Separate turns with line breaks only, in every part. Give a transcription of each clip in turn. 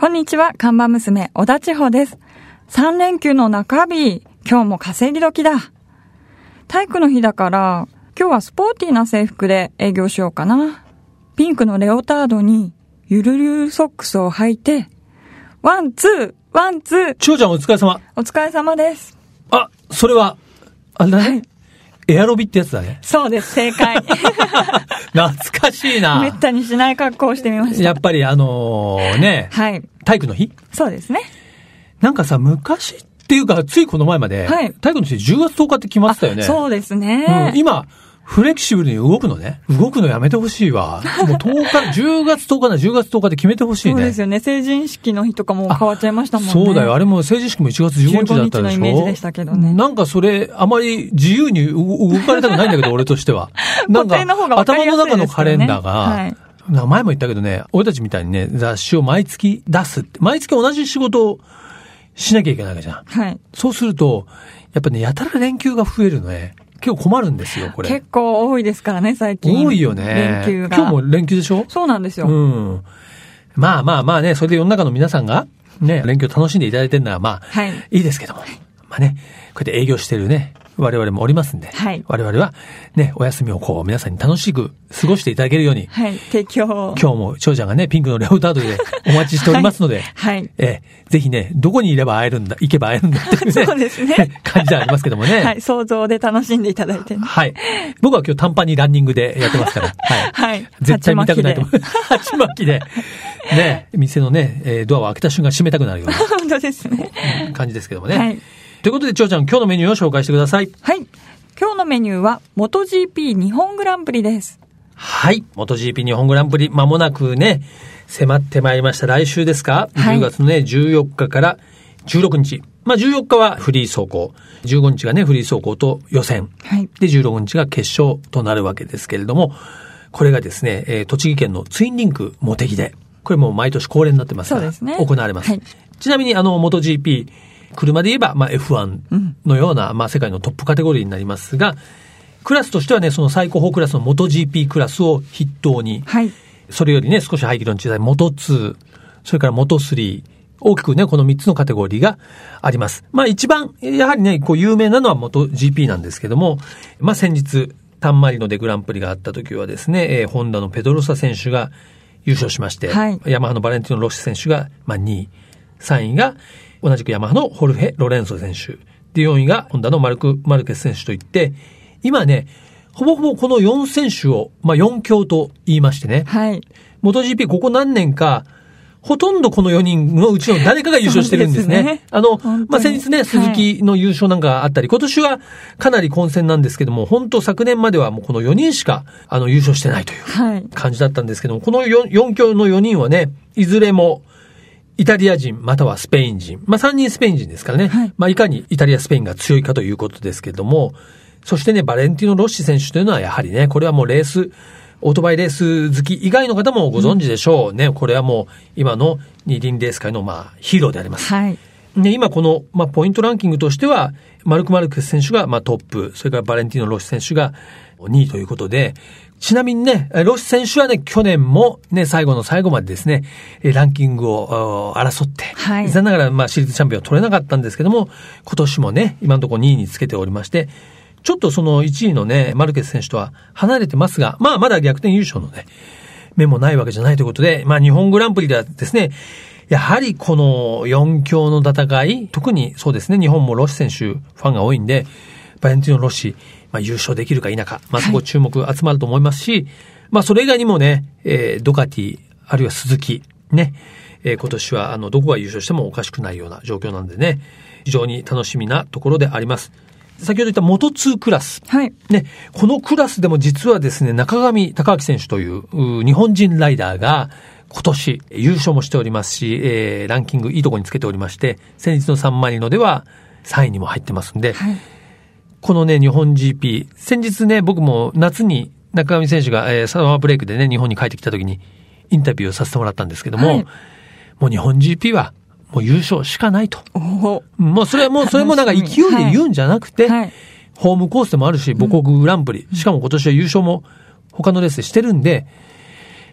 んにちは、看板娘、小田千穂です。3連休の中日、今日も稼ぎ時だ。体育の日だから、今日はスポーティーな制服で営業しようかな。ピンクのレオタードに、ゆるゆるソックスを履いて、ワンツー、ワンツー。
千穂ちゃんお疲れ様。
お疲れ様です。
あ、それは、あれだね。はい、エアロビってやつだね。
そうです、正解。
懐かしいな。
めったにしない格好をしてみました。
やっぱりね、はい、体育の日？
そうですね。
なんかさ、昔っていうか、ついこの前まで、はい、体育の日10月10日って決まってたよね。
そうですね。
今、フレキシブルに動くのね。動くのやめてほしいわ。もう10月10日な、10月10日で決めてほしいね。
そうですよね。成人式の日とかも変わっちゃいましたもんね。
そうだよ。あれも成人式も1月15日だったでしょ。
15日のイメージでしたけどね。
なんかそれ、あまり自由に動かれたくないんだけど、俺としては。なんか、頭の中のカレンダーが、はい、前も言ったけどね、俺たちみたいにね、雑誌を毎月出すって、毎月同じ仕事をしなきゃいけないわけじゃん。はい。そうすると、やっぱね、やたら連休が増えるのね。結構困るんですよ、これ。
結構多いですからね、最近。
多いよね。
連休が。
今日も連休でしょ？
そうなんですよ。
まあね、それで世の中の皆さんが、ね、連休楽しんでいただいてるのは、まあ、はい、いいですけども。まあね、こうやって営業してるね、我々もおりますんで、はい、我々は、ね、お休みをこう、皆さんに楽しく過ごしていただけるように、
はい、提供。
今日も、長ちゃんがね、ピンクのレオタードでお待ちしておりますので、はい。ぜひね、どこにいれば会えるんだ、行けば会えるんだっていうね、
そうですね。
感じでありますけどもね。
はい、想像で楽しんでいただいて、ね。
はい。僕は今日短パンにランニングでやってますから、はい。はい。絶対見たくないと思う。鉢巻きで。ね、店のね、ドアを開けた瞬間閉めたくなるような。
本当ですね。
感じですけどもね。はい。ということで、長ちゃん、今日のメニューを紹介してください。
はい。今日のメニューは、MotoGP 日本グランプリです。
はい。MotoGP 日本グランプリ、間もなくね、迫ってまいりました。来週ですか？はい。10月のね、14日から16日。まあ、14日はフリー走行。15日がね、フリー走行と予選。はい。で、16日が決勝となるわけですけれども、これがですね、栃木県のツインリンクモテギで、これも毎年恒例になってますから、そうですね。行われます。はい。ちなみに、MotoGP、車で言えば、まあ、F1 のような、まあ、世界のトップカテゴリーになりますが、クラスとしてはね、その最高峰クラスの MotoGP クラスを筆頭に、はい。それよりね、少し排気量の小さい Moto2、それから Moto3、大きくね、この3つのカテゴリーがあります。まあ一番、やはりね、こう有名なのは MotoGP なんですけども、まあ先日、タンマリノでグランプリがあった時はですね、ホンダのペドロサ選手が優勝しまして、はい。ヤマハのバレンティノ・ロッシ選手が、まあ2位、3位が、同じくヤマハのホルヘ・ロレンソ選手。で、4位がホンダのマルケス選手といって、今ね、ほぼほぼこの4選手を、まあ4強と言いましてね。はい。MotoGP ここ何年か、ほとんどこの4人のうちの誰かが優勝してるんですね。ですね。まあ、先日ね、鈴木の優勝なんかあったり、今年はかなり混戦なんですけども、本当昨年まではもうこの4人しか、優勝してないという感じだったんですけども、この4強の4人はね、いずれも、イタリア人またはスペイン人。まあ、3人スペイン人ですからね。はい。まあ、いかにイタリア、スペインが強いかということですけれども、そしてね、バレンティノ・ロッシ選手というのはやはりね、これはもうレース、オートバイレース好き以外の方もご存知でしょうね。これはもう今の二輪レース界のまあヒーローであります。はい。で、今このまあポイントランキングとしては、マルケス選手がまあトップ、それからバレンティノ・ロッシ選手が2位ということで、ちなみにね、ロッシ選手はね、去年もね、最後の最後までですね、ランキングを争って、はい。残念ながらまあシリーズチャンピオンは取れなかったんですけども、今年もね、今のところ2位につけておりまして、ちょっとその1位のね、マルケス選手とは離れてますが、まあまだ逆転優勝のね、目もないわけじゃないということで、まあ日本グランプリではですね、やはりこの4強の戦い、特にそうですね、日本もロッシ選手ファンが多いんで、バレンティノ・ロッシ、まあ優勝できるか否か、まあそこ注目集まると思いますし、はい、まあそれ以外にもね、ドカティ、あるいは鈴木、ね、今年はどこが優勝してもおかしくないような状況なんでね、非常に楽しみなところであります。先ほど言ったMoto2クラス。はい。ね、このクラスでも実はですね、中上隆明選手という日本人ライダーが今年優勝もしておりますし、ランキングいいところにつけておりまして、先日のサンマリノでは3位にも入ってますんで、はい、このね、日本 GP、先日ね、僕も夏に中上選手が、サマーブレイクでね、日本に帰ってきた時にインタビューをさせてもらったんですけども、はい、もう日本 GP はもう優勝しかないと。もうそれもなんか勢いで言うんじゃなくて、はい、ホームコースでもあるし、母国グランプリ、しかも今年は優勝も他のレースでしてるんで、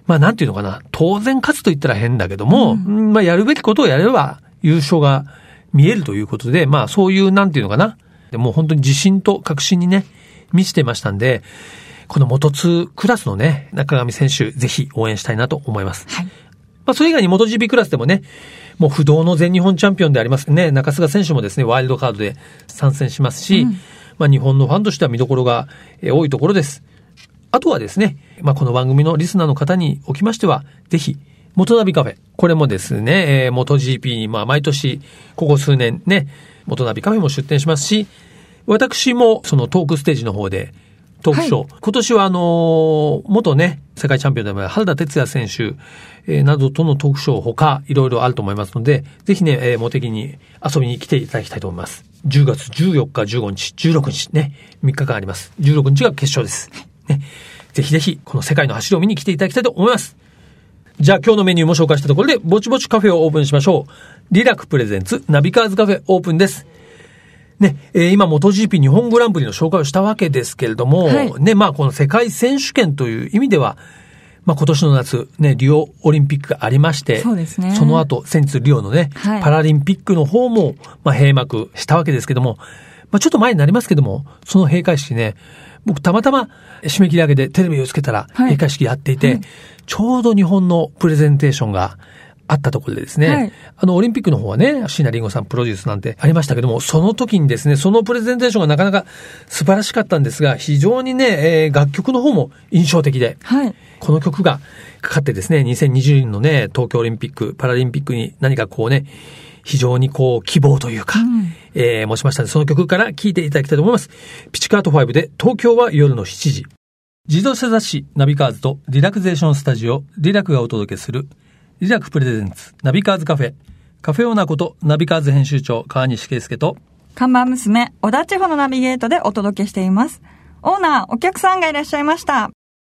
まあなんていうのかな、当然勝つと言ったら変だけども、まあやるべきことをやれば優勝が見えるということで、まあそういうなんていうのかな、もう本当に自信と確信にね、満ちてましたんで、この元2クラスのね、中上選手、ぜひ応援したいなと思います。はい。まあそれ以外に元 GP クラスでもね、もう不動の全日本チャンピオンでありますね、中菅選手もですね、ワイルドカードで参戦しますし、まあ日本のファンとしては見どころが多いところです。あとはですね、まあこの番組のリスナーの方におきましては、ぜひ、元ナビカフェ。これもですね、元 GP にまあ毎年、ここ数年ね、元ナビカフェも出展しますし、私もそのトークステージの方で、トークショー。はい、今年は元ね、世界チャンピオンでも原田哲也選手、などとのトークショー他、いろいろあると思いますので、ぜひね、モテキに遊びに来ていただきたいと思います。10月14日、15日、16日ね、3日間あります。16日が決勝です。ね、ぜひぜひ、この世界の走りを見に来ていただきたいと思います。じゃあ今日のメニューも紹介したところで、ぼちぼちカフェをオープンしましょう。リラクプレゼンツナビカーズカフェオープンです。ね、今、元 GP 日本グランプリの紹介をしたわけですけれども、はい、ね、まあ、この世界選手権という意味では、まあ、今年の夏、ね、リオオリンピックがありまして、そうですね。その後、先日リオのね、はい、パラリンピックの方も、まあ、閉幕したわけですけども、まあ、ちょっと前になりますけども、その閉会式ね、僕たまたま締め切り上げでテレビをつけたら、閉会式やっていて、はい、ちょうど日本のプレゼンテーションが、あったところでですね、はい、オリンピックの方はね、椎名林檎さんプロデュースなんてありましたけども、その時にですね、そのプレゼンテーションがなかなか素晴らしかったんですが、非常にね、楽曲の方も印象的で、はい、この曲がかかってですね、2020年のね、東京オリンピック、パラリンピックに何かこうね、非常にこう希望というか、持ちましたので、その曲から聴いていただきたいと思います。ピチカート5で東京は夜の7時。自動車雑誌ナビカーズとリラクゼーションスタジオリラクがお届けするリラクプレゼンツナビカーズカフェ。カフェオーナーことナビカーズ編集長川西圭介と
看板娘小田千穂のナビゲートでお届けしています。オーナー、お客さんがいらっしゃいました。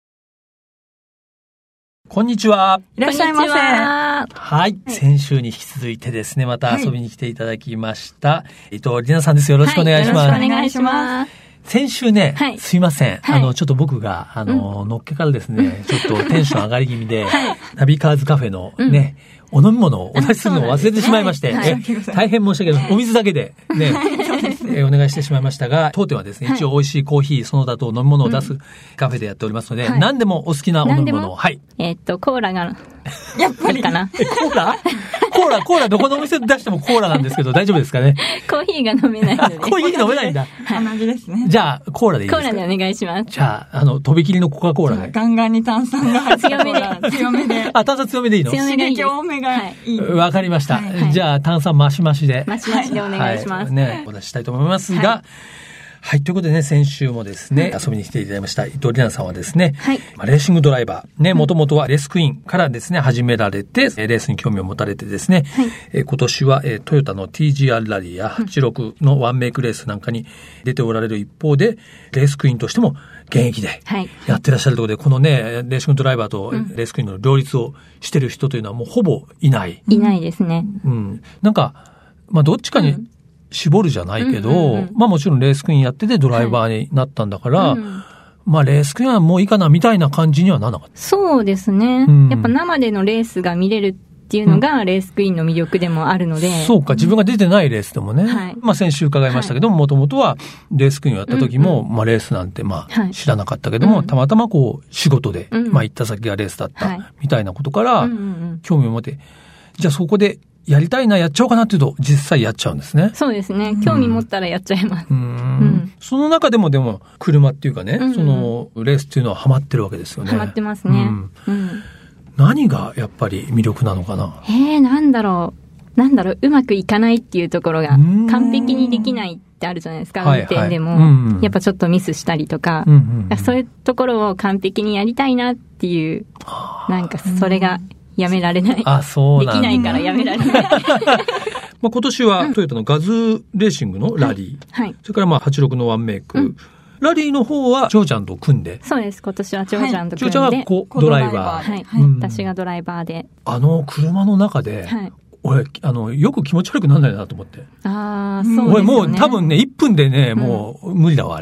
こんにちは。
いらっしゃいませ。
はい。先週に引き続いてですね、また遊びに来ていただきました。伊藤里奈さんです。よろしくお願いします。
よろしくお願いします。
先週ね、すいません。ちょっと僕が、のっけからですね、ちょっとテンション上がり気味で、ナビカーズカフェのね、お飲み物をお出しするのを忘れてしまいまして、大変申し訳ない。お水だけでね、お願いしてしまいましたが、当店はですね、一応美味しいコーヒー、その他と飲み物を出すカフェでやっておりますので、何でもお好きなお飲み物を。はい。
コーラが、
やっぱり
かな。
コーラ、どこのお店で出してもコーラなんですけど、大丈夫ですかね。
コーヒーが飲めないので。
コーヒー飲めないんだ。
同じですね。
じゃあ、コーラでいいですか。
コーラでお願いします。
じゃあ、とびきりのコカ・コーラで。
ガンガンに炭酸が入って強めで。
あ、炭酸強めでいいの？
強めがいいです。
多めがいい。
わかりました。じゃあ、炭酸マシマシで。
マシマシでお願いします。
ね、お出ししたいと思いますが、はい。ということでね、先週もですね、遊びに来ていただきました伊藤里奈さんはですね、レーシングドライバー、ね、もともとはレースクイーンからですね、始められて、レースに興味を持たれてですね、今年はトヨタの TGR ラリーや86のワンメイクレースなんかに出ておられる一方で、レースクイーンとしても現役でやってらっしゃるところで、このね、レーシングドライバーとレースクイーンの両立をしてる人というのはもうほぼいない。
いないですね。
なんか、まあどっちかに、絞るじゃないけど、まあもちろんレースクイーンやっててドライバーになったんだから、まあレースクイーンはもういいかなみたいな感じにはならなかった。
そうですね。やっぱ生でのレースが見れるっていうのがレースクイーンの魅力でもあるので。
そうか、自分が出てないレースでもね。まあ先週伺いましたけども、もともとはレースクイーンをやった時も、まあレースなんてまあ知らなかったけども、たまたまこう仕事で、まあ行った先がレースだったみたいなことから、興味を持って、じゃあそこで、やりたいな、やっちゃおうかなっていうと、実際やっちゃうんですね。
そうですね。興味持ったらやっちゃいます。
その中でも車っていうかね、その、レースっていうのはハマってるわけですよね。
ハマってますね。
何がやっぱり魅力なのかな？
なんだろう、うまくいかないっていうところが、完璧にできないってあるじゃないですか、運転でも。やっぱちょっとミスしたりとか、そういうところを完璧にやりたいなっていう、なんかそれが、やめられない。
そうなんだ。
できないからやめられない。
まあ今年はトヨタのガズレーシングのラリー。それからまあ86のワンメイク。ラリーの方はジョーちゃんと組んで。
そうです。今年はジョーちゃんと組んで。
ジョーちゃんはドライバ
ー。私がドライバーで。
車の中で、俺、よく気持ち悪くならないなと思って。
そうですね。
俺もう多分ね、1分でね、もう無理だわ、あれ。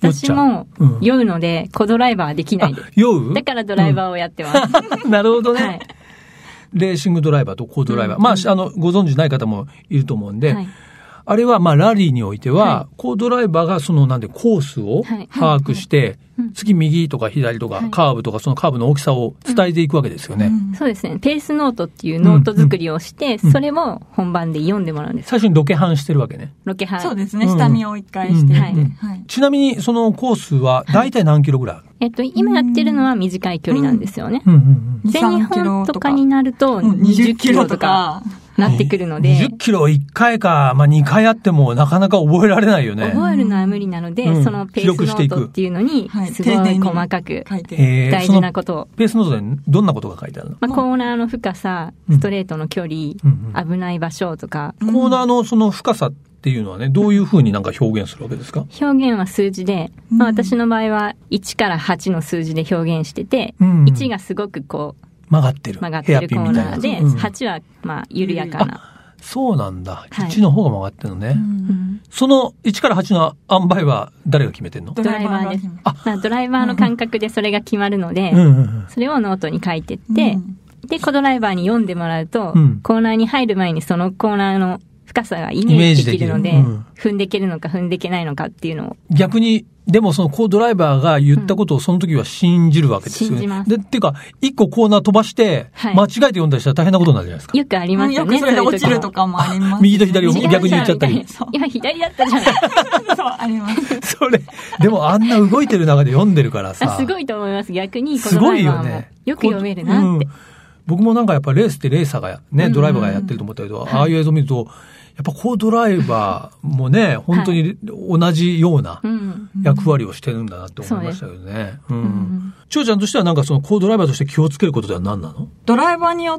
私も酔うので、コドライバーできないです。
酔う？
だからドライバーをやってます。
なるほどね。
はい。
レーシングドライバーとコードライバー。まあ、ご存知ない方もいると思うんで、
はい、
あれは、まあ、ラリーにおいては、コードライバーがコースを把握して、次右とか左とか、カーブとか、そのカーブの大きさを伝えていくわけですよね。
そうですね。ペースノートっていうノート作りをして、それを本番で読んでもらうんです。
最初にロケハンしてるわけね。
ロケハン。
そうですね。下見を一回して。
ちなみに、そのコースは、大体何キロぐらい？
今やってるのは短い距離なんですよね。全日本とかになると、20キロとか、なってくるので。
20キロ1回か、まあ2回あってもなかなか覚えられないよね。
覚えるのは無理なので、そのペースノートっていうのに、すごい細かく、大事なことを。
ペースノートでどんなことが書いてあるの？
まあ、コーナーの深さ、ストレートの距離、危ない場所とか。
コーナーのその深さっていうのはね、どういうふうになんか表現するわけですか？
表現は数字で、まあ私の場合は1から8の数字で表現してて、1がすごくこう、曲がってるコーナーで、8はまあ緩やかな。
そうなんだ。1の方が曲がってるのね。その1から8の塩梅は誰が決めてんの？
ドライバーです。ドライバーの感覚でそれが決まるので、それをノートに書いてって、で、コドライバーに読んでもらうと、コーナーに入る前にそのコーナーの深さがイメージできるので、踏んでいけるのか踏んでいけないのかっていうのを。
逆に、でもそのコードライバーが言ったことをその時は信じるわけですよね。
信じます。
で、っていうか、一個コーナー飛ばして、間違えて読んだりしたら大変なことになるじゃないですか。
よくありますよね。
よくそれで落ちるとかもあります。
右と左を逆に言っちゃったり。
今左だったじゃない。
そう、あります。
それ、でもあんな動いてる中で読んでるからさ。
すごいと思います。逆にコドライバーもよく読めるなって。
僕もなんかやっぱレースってレーサーがね、ドライバーがやってると思ったけど、ああいう映像見ると、やっぱコードライバーもね、本当に同じような役割をしてるんだなって思いましたけどね。ちょうちゃんとしてはなんかそのコードライバーとして気をつけることでは何なの？
ドライバーによって、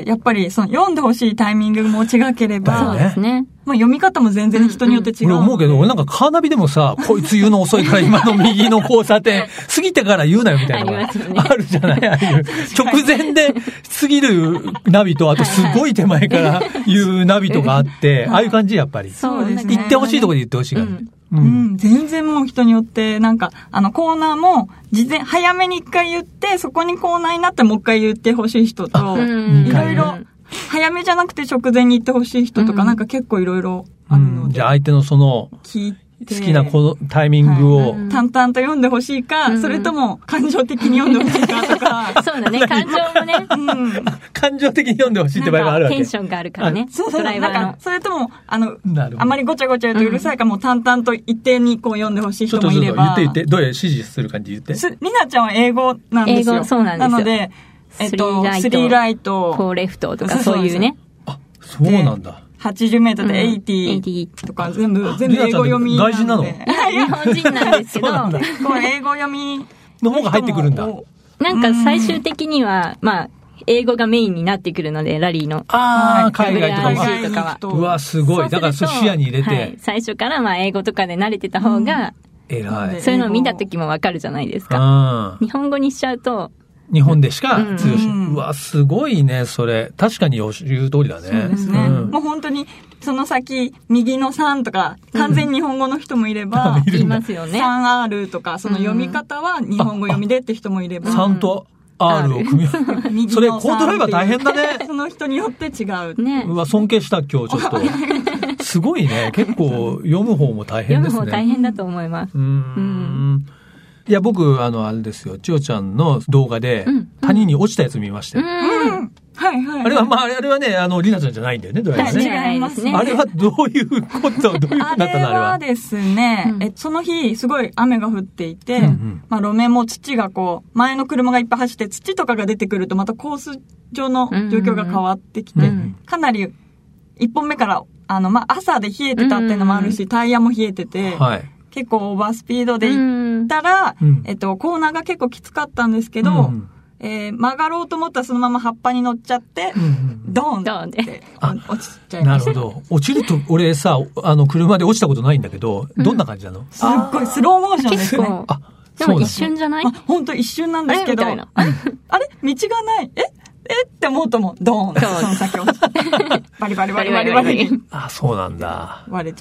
やっぱりその読んでほしいタイミングも違ければ、
そうですね。
まあ読み方も全然人によって違う。
俺思うけど、俺なんかカーナビでもさ、こいつ言うの遅いから今の右の交差点、過ぎてから言うなよみたいなのがあるじゃない？ああいう直前で過ぎるナビと、あとすごい手前から言うナビとかあって、ああいう感じやっぱり。
そうですね。
言ってほしいところで言ってほしいから。
全然もう人によって、なんか、コーナーも、早めに一回言って、そこにコーナーになってもう一回言ってほしい人と、いろいろ、早めじゃなくて直前に言ってほしい人とか、なんか結構いろいろあるので。
じゃあ相手のその、好きなこのタイミングを、
淡々と読んでほしいか、それとも感情的に読んでほしいかとか。
そうだね、感情もね。
感情的に読んでほしいって場合があるわけ。
テンションがあるからね。
そうそう、なんか、それとも、あまりごちゃごちゃ言うとうるさいから、もう淡々と一定にこう読んでほしい人もいれば。
言って、どうや指示する感じ言って。
りなちゃんは英語なんですよ。
英語、そうなんですよ。な
ので、スリーライト、
フォーレフトとかそういうね。
あ、そうなんだ。
80メートルで80とか全部英語読み。
外人なの？
日本人なんですけど、
こう英語読み
の方が入ってくるんだ。
なんか最終的には、まあ、英語がメインになってくるので、ラリーの。
海外とかは。うわ、すごい。だから視野に入れて。
最初からまあ英語とかで慣れてた方が、
偉い。
そういうのを見た時もわかるじゃないですか。日本語にしちゃうと、
日本でしか通用しない。うわ、すごいね、それ。確かに言う通りだね。
そうですね。もう本当に、その先、右の3とか、完全日本語の人もいれば、
いますよね。
3R とか、その読み方は日本語読みでって人もいれば。
3と R を組み合わせそれ、コードライバー大変だね。
その人によって違う。
ね。
うわ、尊敬した今日ちょっと。すごいね。結構、読む方も大変ですね。
読む方大変だと思います。
いや、僕、あれですよ、千代ちゃんの動画で、谷に落ちたやつ見ましたよ。
はいはい。
あれは、まあ、あれはね、りなちゃんじゃないんだよね、どうやらね。
違いますね。
あれはどういうこと、どういうことだったのあれは
ですね、その日、すごい雨が降っていて、まあ、路面も土がこう、前の車がいっぱい走って、土とかが出てくると、またコース上の状況が変わってきて、かなり、一本目から、まあ、朝で冷えてたっていうのもあるし、タイヤも冷えてて、結構オーバースピードで行ったら、コーナーが結構きつかったんですけど、曲がろうと思ったらそのまま葉っぱに乗っちゃって、ドーンって落ちちゃいました。
なるほど。落ちると、俺さ、車で落ちたことないんだけど、どんな感じなの？
すっごいスローモーションですね。
でも一瞬じゃない？
本当一瞬なんですけど、あれ道がない。って思うともドーンってその先落ちて。バリバリ。
あ、そうなんだ。
割れちゃって。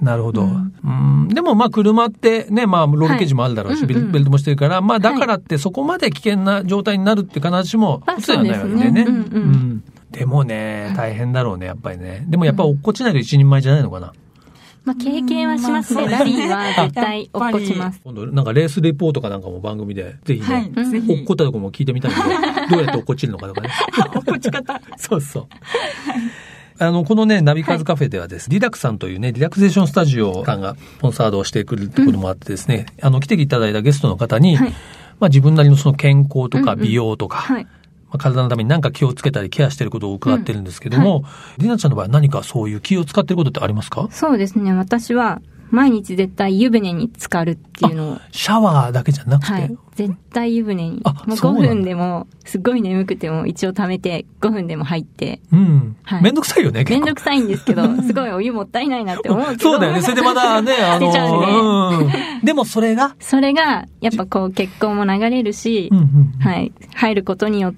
なるほど。でもまあ車ってね、まあロールケージもあるだろうし、ベルトもしてるから、まあだからってそこまで危険な状態になるって必ずしも普通ではないわけでね。でもね、大変だろうね、やっぱりね。でもやっぱ落っこちないと一人前じゃないのかな。
まあ経験はしますね。ラリーは絶対落っこちます。
今度なんかレースレポートかなんかも番組でぜひね、落っこったとこも聞いてみたいので、どうやって落っこちるのかとかね。
落っこち方。
そうそう。このね、ナビカーズカフェではですね、リラクさんというね、リラクゼーションスタジオさんがスポンサードをしてくるってこともあってですね、来ていただいたゲストの方に、まあ自分なりのその健康とか美容とか、まあ、体のために何か気をつけたりケアしていることを伺ってるんですけども、りなちゃんの場合は何かそういう気を使っていることってありますか？
そうですね、私は毎日絶対湯船に浸かるっていうのを。
シャワーだけじゃなくて、
絶対湯船に。もう5分でも、すごい眠くても一応溜めて5分でも入って。
めんどくさいよね、
めんどくさいんですけど、すごいお湯もったいないなって思うけど。
そうだよね。それでまだね、
捨てちゃうんで。
でもそれが、
やっぱこう血行も流れるし、入ることによって、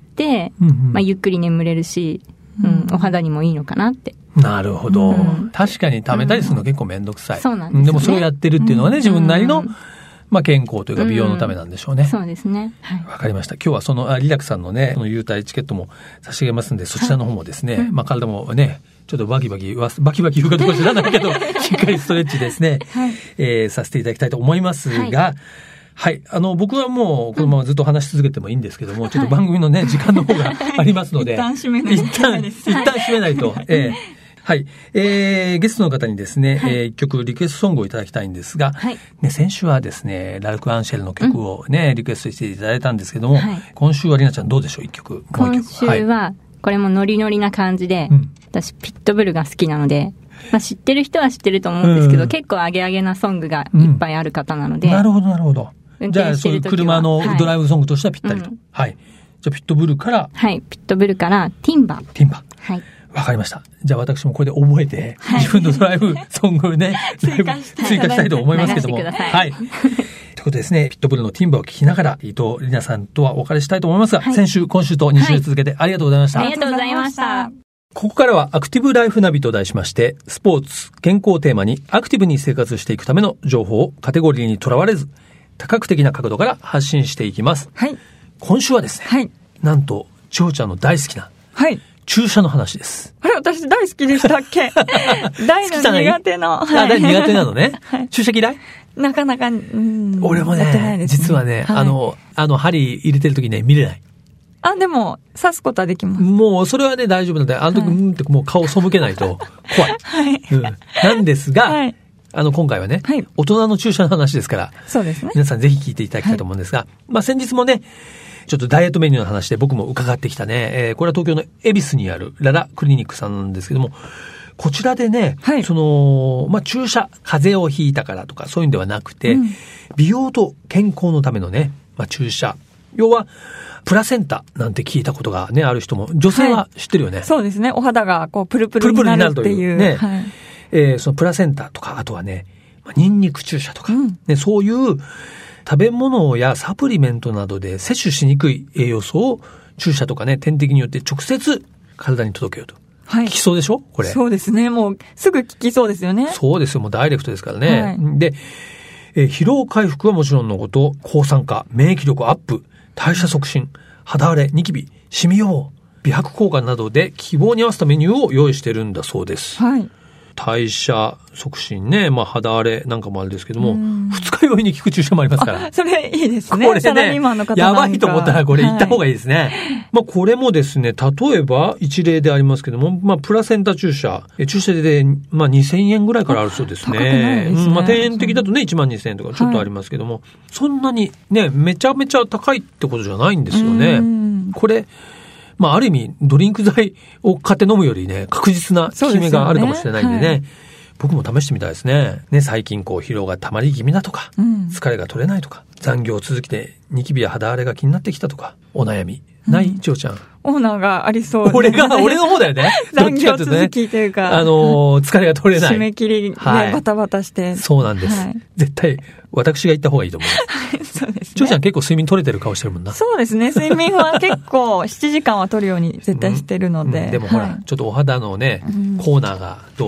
まあゆっくり眠れるし、お肌にもいいのかなって。
なるほど。確かに溜めたりするの結構めんどくさい。
そうなんですね。
でもそれをやってるっていうのはね、自分なりの、まあ健康というか美容のためなんでしょうね。
そうですね。
わかりました。今日はそのリラクさんのね、その優待チケットも差し上げますんで、そちらの方もですね、まあ体もね、ちょっとバキバキ言うかどうか知らないけど、しっかりストレッチですね、させていただきたいと思いますが、はい。僕はもう、このままずっと話し続けてもいいんですけども、ちょっと番組のね、時間の方がありますので。
一旦締めないと。
一旦締めないと。はい。ゲストの方にですね、一曲リクエストソングをいただきたいんですが、ね、先週はですね、ラルク・アンシェルの曲をね、リクエストしていただいたんですけども、今週はりなちゃんどうでしょう？一曲。
今週は、これもノリノリな感じで、私ピットブルが好きなので、まあ知ってる人は知ってると思うんですけど、結構アゲアゲなソングがいっぱいある方なので。
なるほど、なるほど。じゃあ、そういう車のドライブソングとしてはぴったりと。はい。じゃあ、ピットブルから。
はい。ピットブルから、ティンバ。
はい。わかりました。じゃあ、私もこれで覚えて、自分のドライブソングをね、追加したいと思いますけども。はい。ということでですね、ピットブルのティンバを聞きながら、伊藤里奈さんとはお別れしたいと思いますが、先週、今週と2週続けてありがとうございました。
ありがとうございました。
ここからはアクティブライフナビと題しまして、スポーツ、健康をテーマにアクティブに生活していくための情報をカテゴリーにとらわれず、多角的な角度から発信していきます。
はい。
今週はですね、なんと、千穂ちゃんの大好きな、注射の話です。
あれ、私大好きでしたっけ？大の苦手の。
大苦手なのね。注射嫌い？
なかなか、
俺もね、実はね、針入れてる時ね、見れない。
でも、刺すことはできます。
もう、それはね、大丈夫なんで、あの時、ってもう顔背けないと怖い。なんですが、今回はね、大人の注射の話ですから、
そうですね。
皆さんぜひ聞いていただきたいと思うんですが、まあ先日もね、ちょっとダイエットメニューの話で僕も伺ってきたね、これは東京の恵比寿にあるララクリニックさんなんですけども、こちらでね、まあ注射、風邪をひいたからとかそういうんではなくて、美容と健康のためのね、まあ注射。要は、プラセンタなんて聞いたことがね、ある人も、女性は知ってるよね。
そうですね。お肌がこうプルプルになるっていう。
ね。そのプラセンタとか、あとはね、ニンニク注射とか、ね、そういう食べ物やサプリメントなどで摂取しにくい栄養素を注射とかね、点滴によって直接体に届けようと。効きそうでしょこれ。
そうですね。もうすぐ効きそうですよね。
そうですよ。もうダイレクトですからね。で、疲労回復はもちろんのこと、抗酸化、免疫力アップ、代謝促進、肌荒れ、ニキビ、シミ予防、美白効果などで希望に合わせたメニューを用意してるんだそうです。代謝促進ね、まあ肌荒れなんかもあれですけども、二日酔いに効く注射もありますから。
それいいですね。
これね、やばいと思ったらこれ行った方がいいですね。まあこれもですね、例えば一例でありますけども、まあプラセンタ注射で、まあ2000円ぐらいからあるそうですね。
高くないですね。
まあ点滴だとね、12000円とかちょっとありますけども、そんなにね、めちゃめちゃ高いってことじゃないんですよね。これ、まあある意味ドリンク剤を買って飲むよりね、確実な効き目があるかもしれないんでね。僕も試してみたいですね。最近こう疲労が溜まり気味だとか、疲れが取れないとか、残業続きでニキビや肌荒れが気になってきたとか、お悩みない千穂ちゃん。
オーナーがありそうで。
俺の方だよね。
残業続きというか。
疲れが取れない。
締め切りね、バタバタして。
そうなんです。絶対、私が行った方がいいと思います。
そうですね。
千穂ちゃん結構睡眠取れてる顔してるもんな。
そうですね。睡眠は結構7時間は取るように絶対してるので。
でもほら、ちょっとお肌のね、コーナーがどう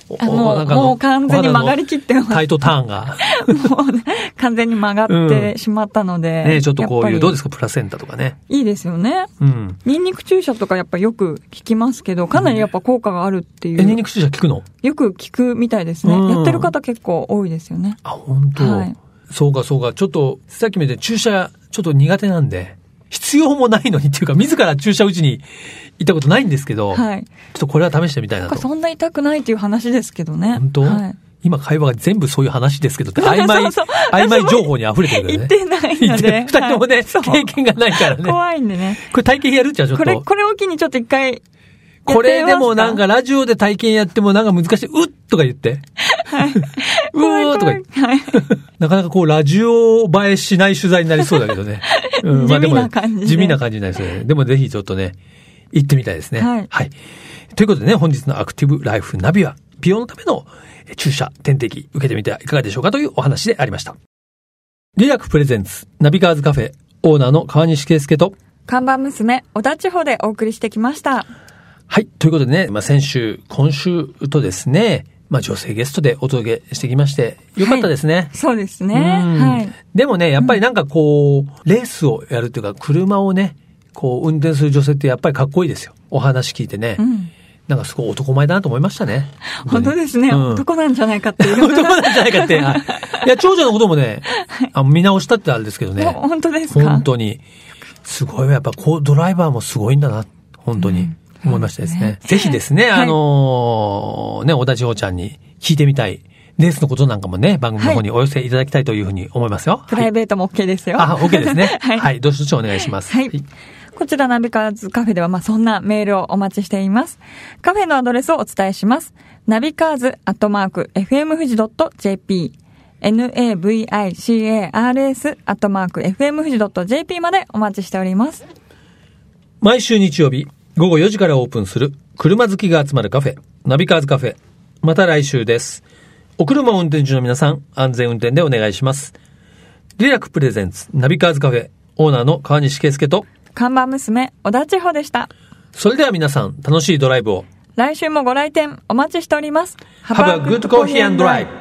もう完全に曲がりきってます。
タイトターンが。
もうね、完全に曲がってしまったので。
ね、ちょっとこういう、どうですか、プラセンタとかね。
いいですよね。ニンニク注射とかやっぱよく聞きますけど、かなりやっぱ効果があるっていう。
ニンニク注射効くの？
よく聞くみたいですね。やってる方結構多いですよね。
あ、本当。はい。そうか。ちょっと、さっき見て注射ちょっと苦手なんで、必要もないのにっていうか、自ら注射打ちに行ったことないんですけど、はい。ちょっとこれは試してみたいなと。
そんな痛くないっていう話ですけどね。
本当？はい。今会話が全部そういう話ですけどって曖昧情報に溢れてるからね。
言ってないので。
二人ともね、経験がないからね。
怖いんでね。
これ体験やるっちゃちょっと。
これを機にちょっと一回。
これでもなんかラジオで体験やってもなんか難しい。うっとか言って。はい。うーとか言って。はい。なかなかこうラジオ映えしない取材になりそうだけどね。
地味な感じ。
地味な感じになりそうで。でもぜひちょっとね、行ってみたいですね。はい。はい。ということでね、本日のアクティブライフナビは、美容のための注射、点滴受けてみてはいかがでしょうかというお話でありました。リラクプレゼンツナビカーズカフェオーナーの川西圭介と
看板娘小田地方でお送りしてきました。
はい。ということでね、先週、今週とですね、女性ゲストでお届けしてきまして、よかったですね。はい、
そうですね。はい。
でもね、やっぱりなんかこう、レースをやるっていうか、車をね、こう、運転する女性ってやっぱりかっこいいですよ。お話聞いてね。なんかすごい男前だなと思いましたね。
本当ですね。男なんじゃないかっていう。
男なんじゃないかって。いや、長女のこともね、見直したってあれですけどね。
本当ですか？
本当に。すごい、やっぱドライバーもすごいんだな、本当に。思いましたですね。ぜひですね、小田千穂ちゃんに聞いてみたい。レースのことなんかもね、番組の方にお寄せいただきたいというふうに思いますよ。
プライベートも OK ですよ。
OK ですね。はい。どしどしお願いします。
はい。こちらナビカーズカフェではそんなメールをお待ちしています。カフェのアドレスをお伝えします。ナビカーズ@fm富士.jp navicars@fm富士.jp までお待ちしております。
毎週日曜日午後4時からオープンする車好きが集まるカフェ、ナビカーズカフェ。また来週です。お車を運転中の皆さん、安全運転でお願いします。リラクプレゼンツナビカーズカフェ、オーナーの川西圭介と
看板娘小田千穂でした。
それでは皆さん、楽しいドライブを。
来週もご来店お待ちしております。
Have a good coffee and drive.